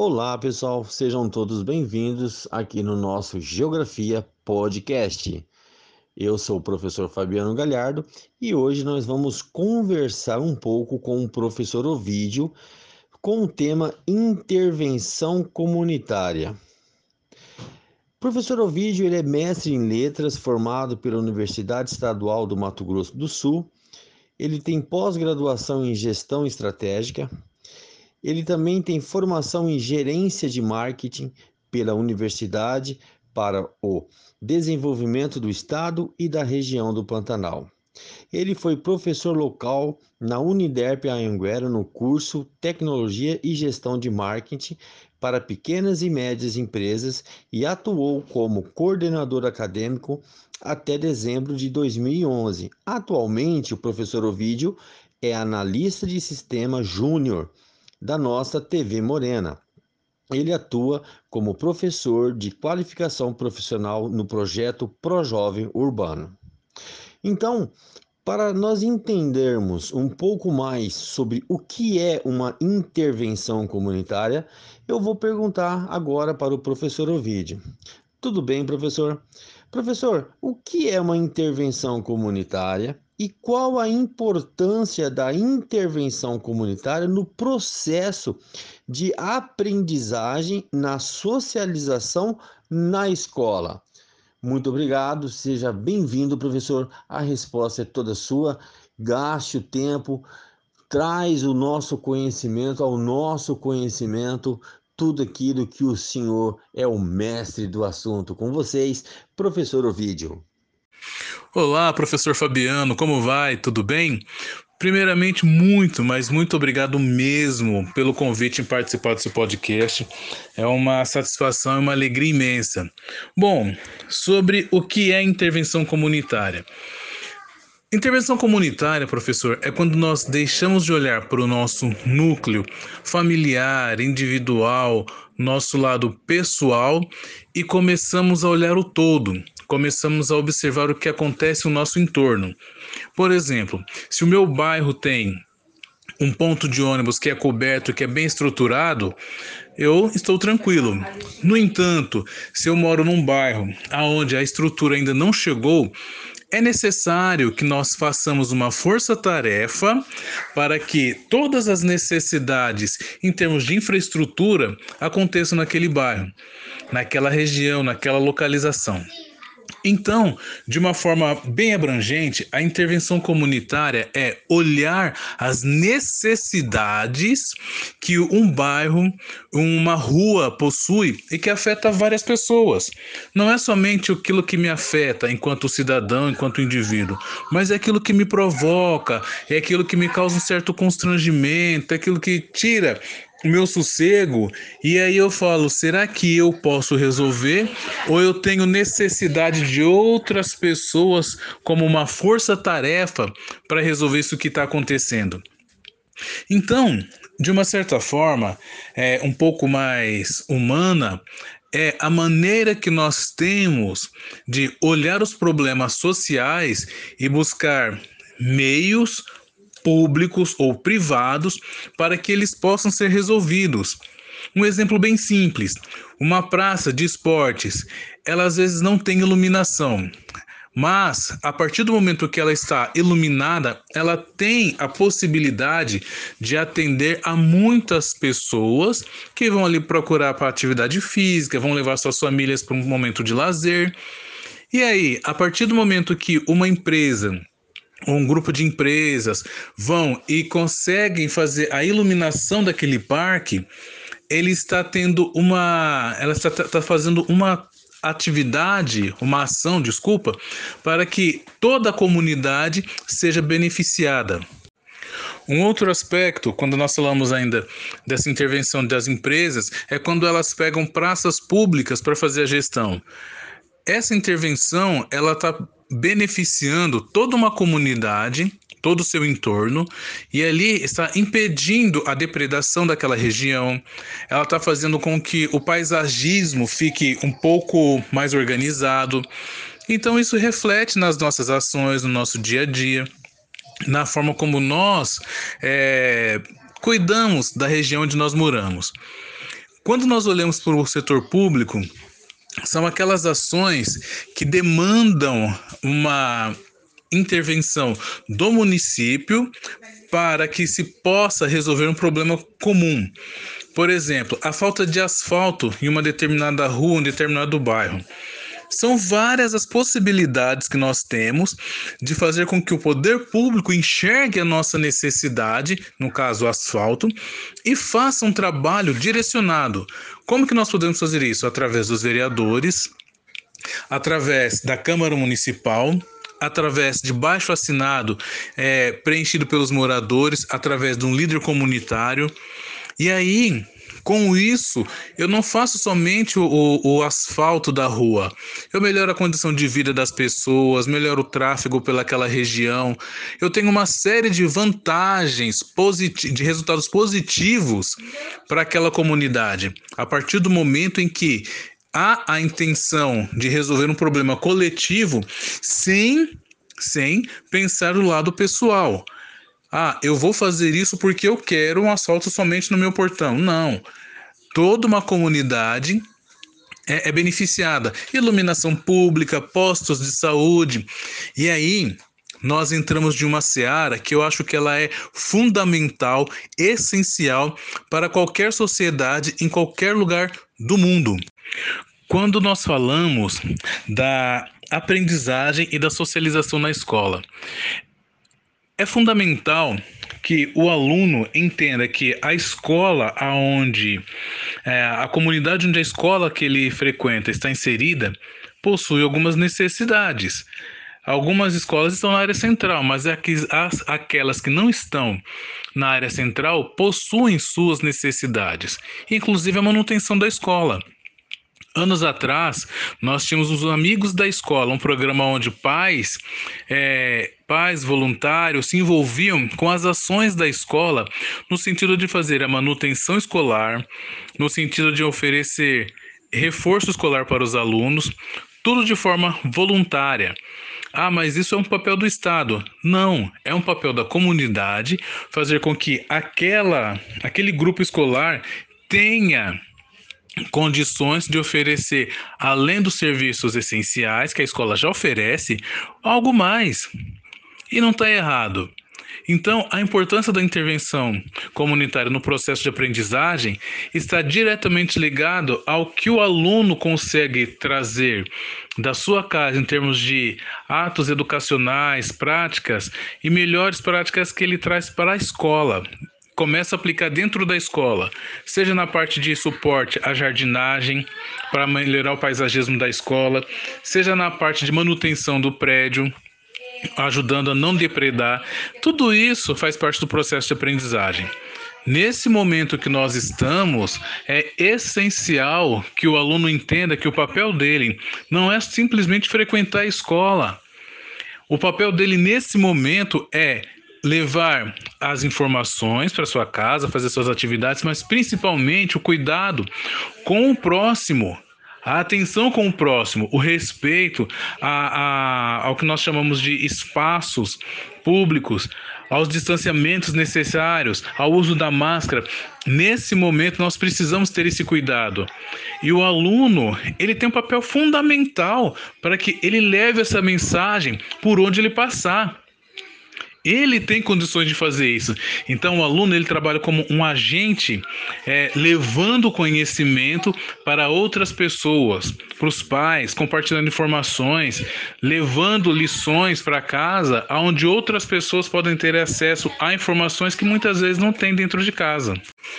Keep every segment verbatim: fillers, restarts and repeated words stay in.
Olá, pessoal, sejam todos bem-vindos aqui no nosso Geografia Podcast. Eu sou o professor Fabiano Galhardo e hoje nós vamos conversar um pouco com o professor Ovídio com o tema intervenção comunitária. O professor Ovídio ele é mestre em letras, formado pela Universidade Estadual do Mato Grosso do Sul. Ele tem pós-graduação em gestão estratégica. Ele também tem formação em gerência de marketing pela Universidade para o Desenvolvimento do Estado e da região do Pantanal. Ele foi professor local na Uniderp Anhanguera no curso Tecnologia e Gestão de Marketing para pequenas e médias empresas e atuou como coordenador acadêmico até dezembro de dois mil e onze. Atualmente, o professor Ovídio é analista de sistema júnior da nossa T V Morena. Ele atua como professor de qualificação profissional no projeto ProJovem Urbano. Então, para nós entendermos um pouco mais sobre o que é uma intervenção comunitária, eu vou perguntar agora para o professor Ovídio. Tudo bem, professor? Professor, o que é uma intervenção comunitária e qual a importância da intervenção comunitária no processo de aprendizagem, na socialização na escola? Muito obrigado, seja bem-vindo, professor. A resposta é toda sua. Gaste o tempo, traz o nosso conhecimento ao nosso conhecimento, tudo aquilo que o senhor é o mestre do assunto. Com vocês, professor Ovídio. Olá, professor Fabiano, como vai? Tudo bem? Primeiramente, muito, mas muito obrigado mesmo pelo convite em participar do seu podcast. É uma satisfação e uma alegria imensa. Bom, sobre o que é intervenção comunitária. Intervenção comunitária, professor, é quando nós deixamos de olhar para o nosso núcleo familiar, individual, nosso lado pessoal e começamos a olhar o todo. Começamos a observar o que acontece no nosso entorno. Por exemplo, se o meu bairro tem um ponto de ônibus que é coberto, que é bem estruturado, eu estou tranquilo. No entanto, se eu moro num bairro onde a estrutura ainda não chegou, é necessário que nós façamos uma força-tarefa para que todas as necessidades em termos de infraestrutura aconteçam naquele bairro, naquela região, naquela localização. Então, de uma forma bem abrangente, a intervenção comunitária é olhar as necessidades que um bairro, uma rua possui e que afeta várias pessoas. Não é somente aquilo que me afeta enquanto cidadão, enquanto indivíduo, mas é aquilo que me provoca, é aquilo que me causa um certo constrangimento, é aquilo que tira o meu sossego, e aí eu falo, será que eu posso resolver ou eu tenho necessidade de outras pessoas como uma força-tarefa para resolver isso que está acontecendo? Então, de uma certa forma, é um pouco mais humana, é a maneira que nós temos de olhar os problemas sociais e buscar meios públicos ou privados para que eles possam ser resolvidos. Um exemplo bem simples, uma praça de esportes, ela às vezes não tem iluminação, mas a partir do momento que ela está iluminada, ela tem a possibilidade de atender a muitas pessoas que vão ali procurar para atividade física, vão levar suas famílias para um momento de lazer. E aí, a partir do momento que uma empresa um grupo de empresas vão e conseguem fazer a iluminação daquele parque, ele está tendo uma, ela está, está fazendo uma atividade, uma ação, desculpa, para que toda a comunidade seja beneficiada. Um outro aspecto, quando nós falamos ainda dessa intervenção das empresas, é quando elas pegam praças públicas para fazer a gestão. Essa intervenção, ela está beneficiando toda uma comunidade, todo o seu entorno, e ali está impedindo a depredação daquela região, ela está fazendo com que o paisagismo fique um pouco mais organizado. Então isso reflete nas nossas ações, no nosso dia a dia, na forma como nós é, cuidamos da região onde nós moramos. Quando nós olhamos para o setor público, são aquelas ações que demandam uma intervenção do município para que se possa resolver um problema comum. Por exemplo, a falta de asfalto em uma determinada rua, em um determinado bairro. São várias as possibilidades que nós temos de fazer com que o poder público enxergue a nossa necessidade, no caso o asfalto, e faça um trabalho direcionado. Como que nós podemos fazer isso? Através dos vereadores, através da Câmara Municipal, através de baixo-assinado é, preenchido pelos moradores, através de um líder comunitário. E aí, com isso, eu não faço somente o, o, o asfalto da rua, eu melhoro a condição de vida das pessoas, melhoro o tráfego pelaquela região, eu tenho uma série de vantagens, posit- de resultados positivos para aquela comunidade, a partir do momento em que há a intenção de resolver um problema coletivo sem, sem pensar o lado pessoal. Ah, eu vou fazer isso porque eu quero um asfalto somente no meu portão. Não. Toda uma comunidade é, é beneficiada. Iluminação pública, postos de saúde. E aí, nós entramos de uma seara que eu acho que ela é fundamental, essencial para qualquer sociedade em qualquer lugar do mundo. Quando nós falamos da aprendizagem e da socialização na escola, é fundamental que o aluno entenda que a escola aonde é, a comunidade onde a escola que ele frequenta está inserida possui algumas necessidades. Algumas escolas estão na área central, mas as, aquelas que não estão na área central possuem suas necessidades, inclusive a manutenção da escola. Anos atrás, nós tínhamos os Amigos da Escola, um programa onde pais, é, pais voluntários se envolviam com as ações da escola no sentido de fazer a manutenção escolar, no sentido de oferecer reforço escolar para os alunos, tudo de forma voluntária. Ah, mas isso é um papel do Estado. Não, é um papel da comunidade fazer com que aquela, aquele grupo escolar tenha condições de oferecer, além dos serviços essenciais que a escola já oferece, algo mais. E não está errado. Então, a importância da intervenção comunitária no processo de aprendizagem está diretamente ligado ao que o aluno consegue trazer da sua casa em termos de atos educacionais, práticas e melhores práticas que ele traz para a escola. Começa a aplicar dentro da escola, seja na parte de suporte à jardinagem, para melhorar o paisagismo da escola, seja na parte de manutenção do prédio, ajudando a não depredar. Tudo isso faz parte do processo de aprendizagem. Nesse momento que nós estamos, é essencial que o aluno entenda que o papel dele não é simplesmente frequentar a escola. O papel dele nesse momento é levar as informações para sua casa, fazer suas atividades, mas principalmente o cuidado com o próximo, a atenção com o próximo, o respeito a, a, ao que nós chamamos de espaços públicos, aos distanciamentos necessários, ao uso da máscara. Nesse momento nós precisamos ter esse cuidado. E o aluno, ele tem um papel fundamental para que ele leve essa mensagem por onde ele passar. Ele tem condições de fazer isso. Então, o aluno ele trabalha como um agente, é, levando conhecimento para outras pessoas, para os pais, compartilhando informações, levando lições para casa, onde outras pessoas podem ter acesso a informações que muitas vezes não têm dentro de casa.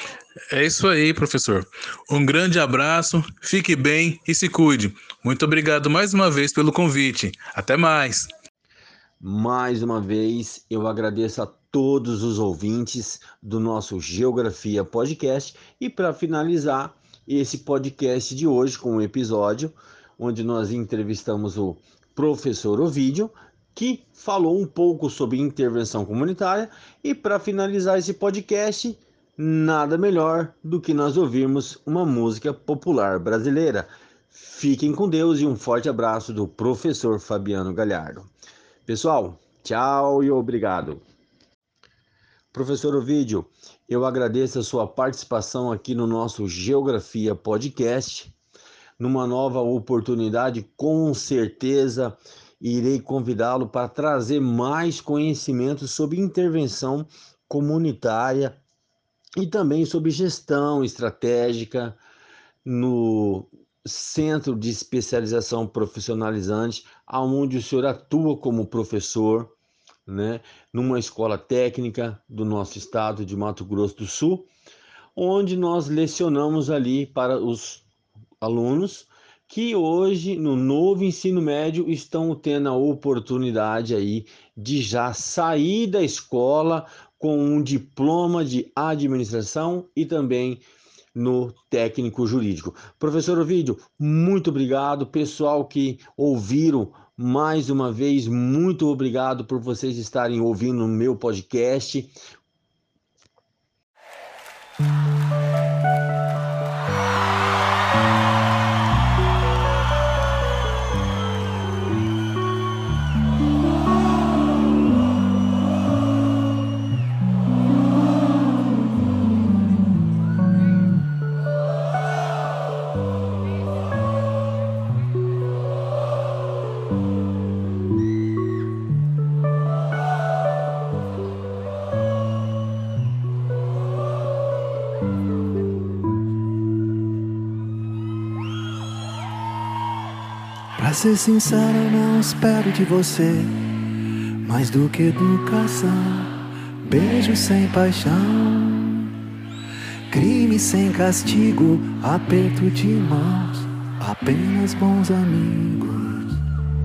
É isso aí, professor. Um grande abraço, fique bem e se cuide. Muito obrigado mais uma vez pelo convite. Até mais. Mais uma vez, eu agradeço a todos os ouvintes do nosso Geografia Podcast. E para finalizar esse podcast de hoje com um episódio onde nós entrevistamos o professor Ovídio, que falou um pouco sobre intervenção comunitária. E para finalizar esse podcast, nada melhor do que nós ouvirmos uma música popular brasileira. Fiquem com Deus e um forte abraço do professor Fabiano Galhardo. Pessoal, tchau e obrigado. Professor Ovidio, eu agradeço a sua participação aqui no nosso Geografia Podcast. Numa nova oportunidade, com certeza irei convidá-lo para trazer mais conhecimentos sobre intervenção comunitária e também sobre gestão estratégica no Centro de Especialização Profissionalizante, onde o senhor atua como professor, né, numa escola técnica do nosso estado de Mato Grosso do Sul, onde nós lecionamos ali para os alunos que hoje, no novo ensino médio, estão tendo a oportunidade aí de já sair da escola com um diploma de administração e também no técnico jurídico. Professor Ovidio, muito obrigado. Pessoal que ouviram, mais uma vez, muito obrigado por vocês estarem ouvindo o meu podcast. Pra ser sincero, eu não espero de você mais do que educação, beijo sem paixão, crime sem castigo, aperto de mãos, apenas bons amigos.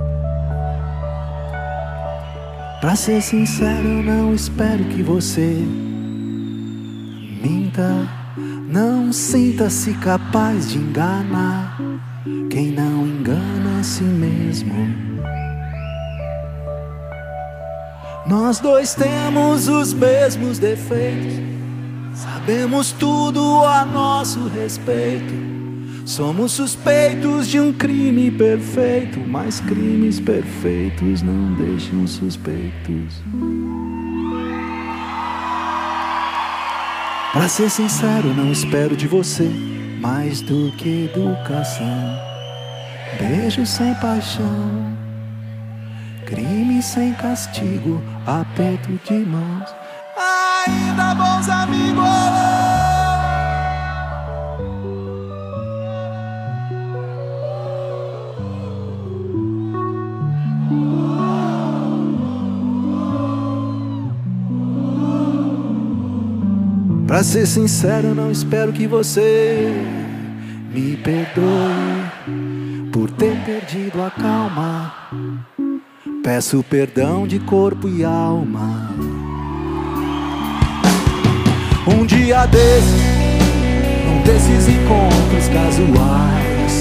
Pra ser sincero, eu não espero que você minta, não sinta-se capaz de enganar quem não engana a si mesmo. Nós dois temos os mesmos defeitos, sabemos tudo a nosso respeito. Somos suspeitos de um crime perfeito, mas crimes perfeitos não deixam suspeitos. Pra ser sincero, não espero de você mais do que educação, beijo sem paixão, crime sem castigo, aperto de mãos, ainda bons amigos. Pra ser sincero, não espero que você me perdoe por ter perdido a calma. Peço perdão de corpo e alma. Um dia desses, um desses encontros casuais,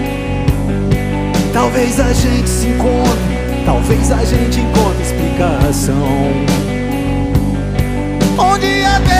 talvez a gente se encontre, talvez a gente encontre explicação. Um dia desses,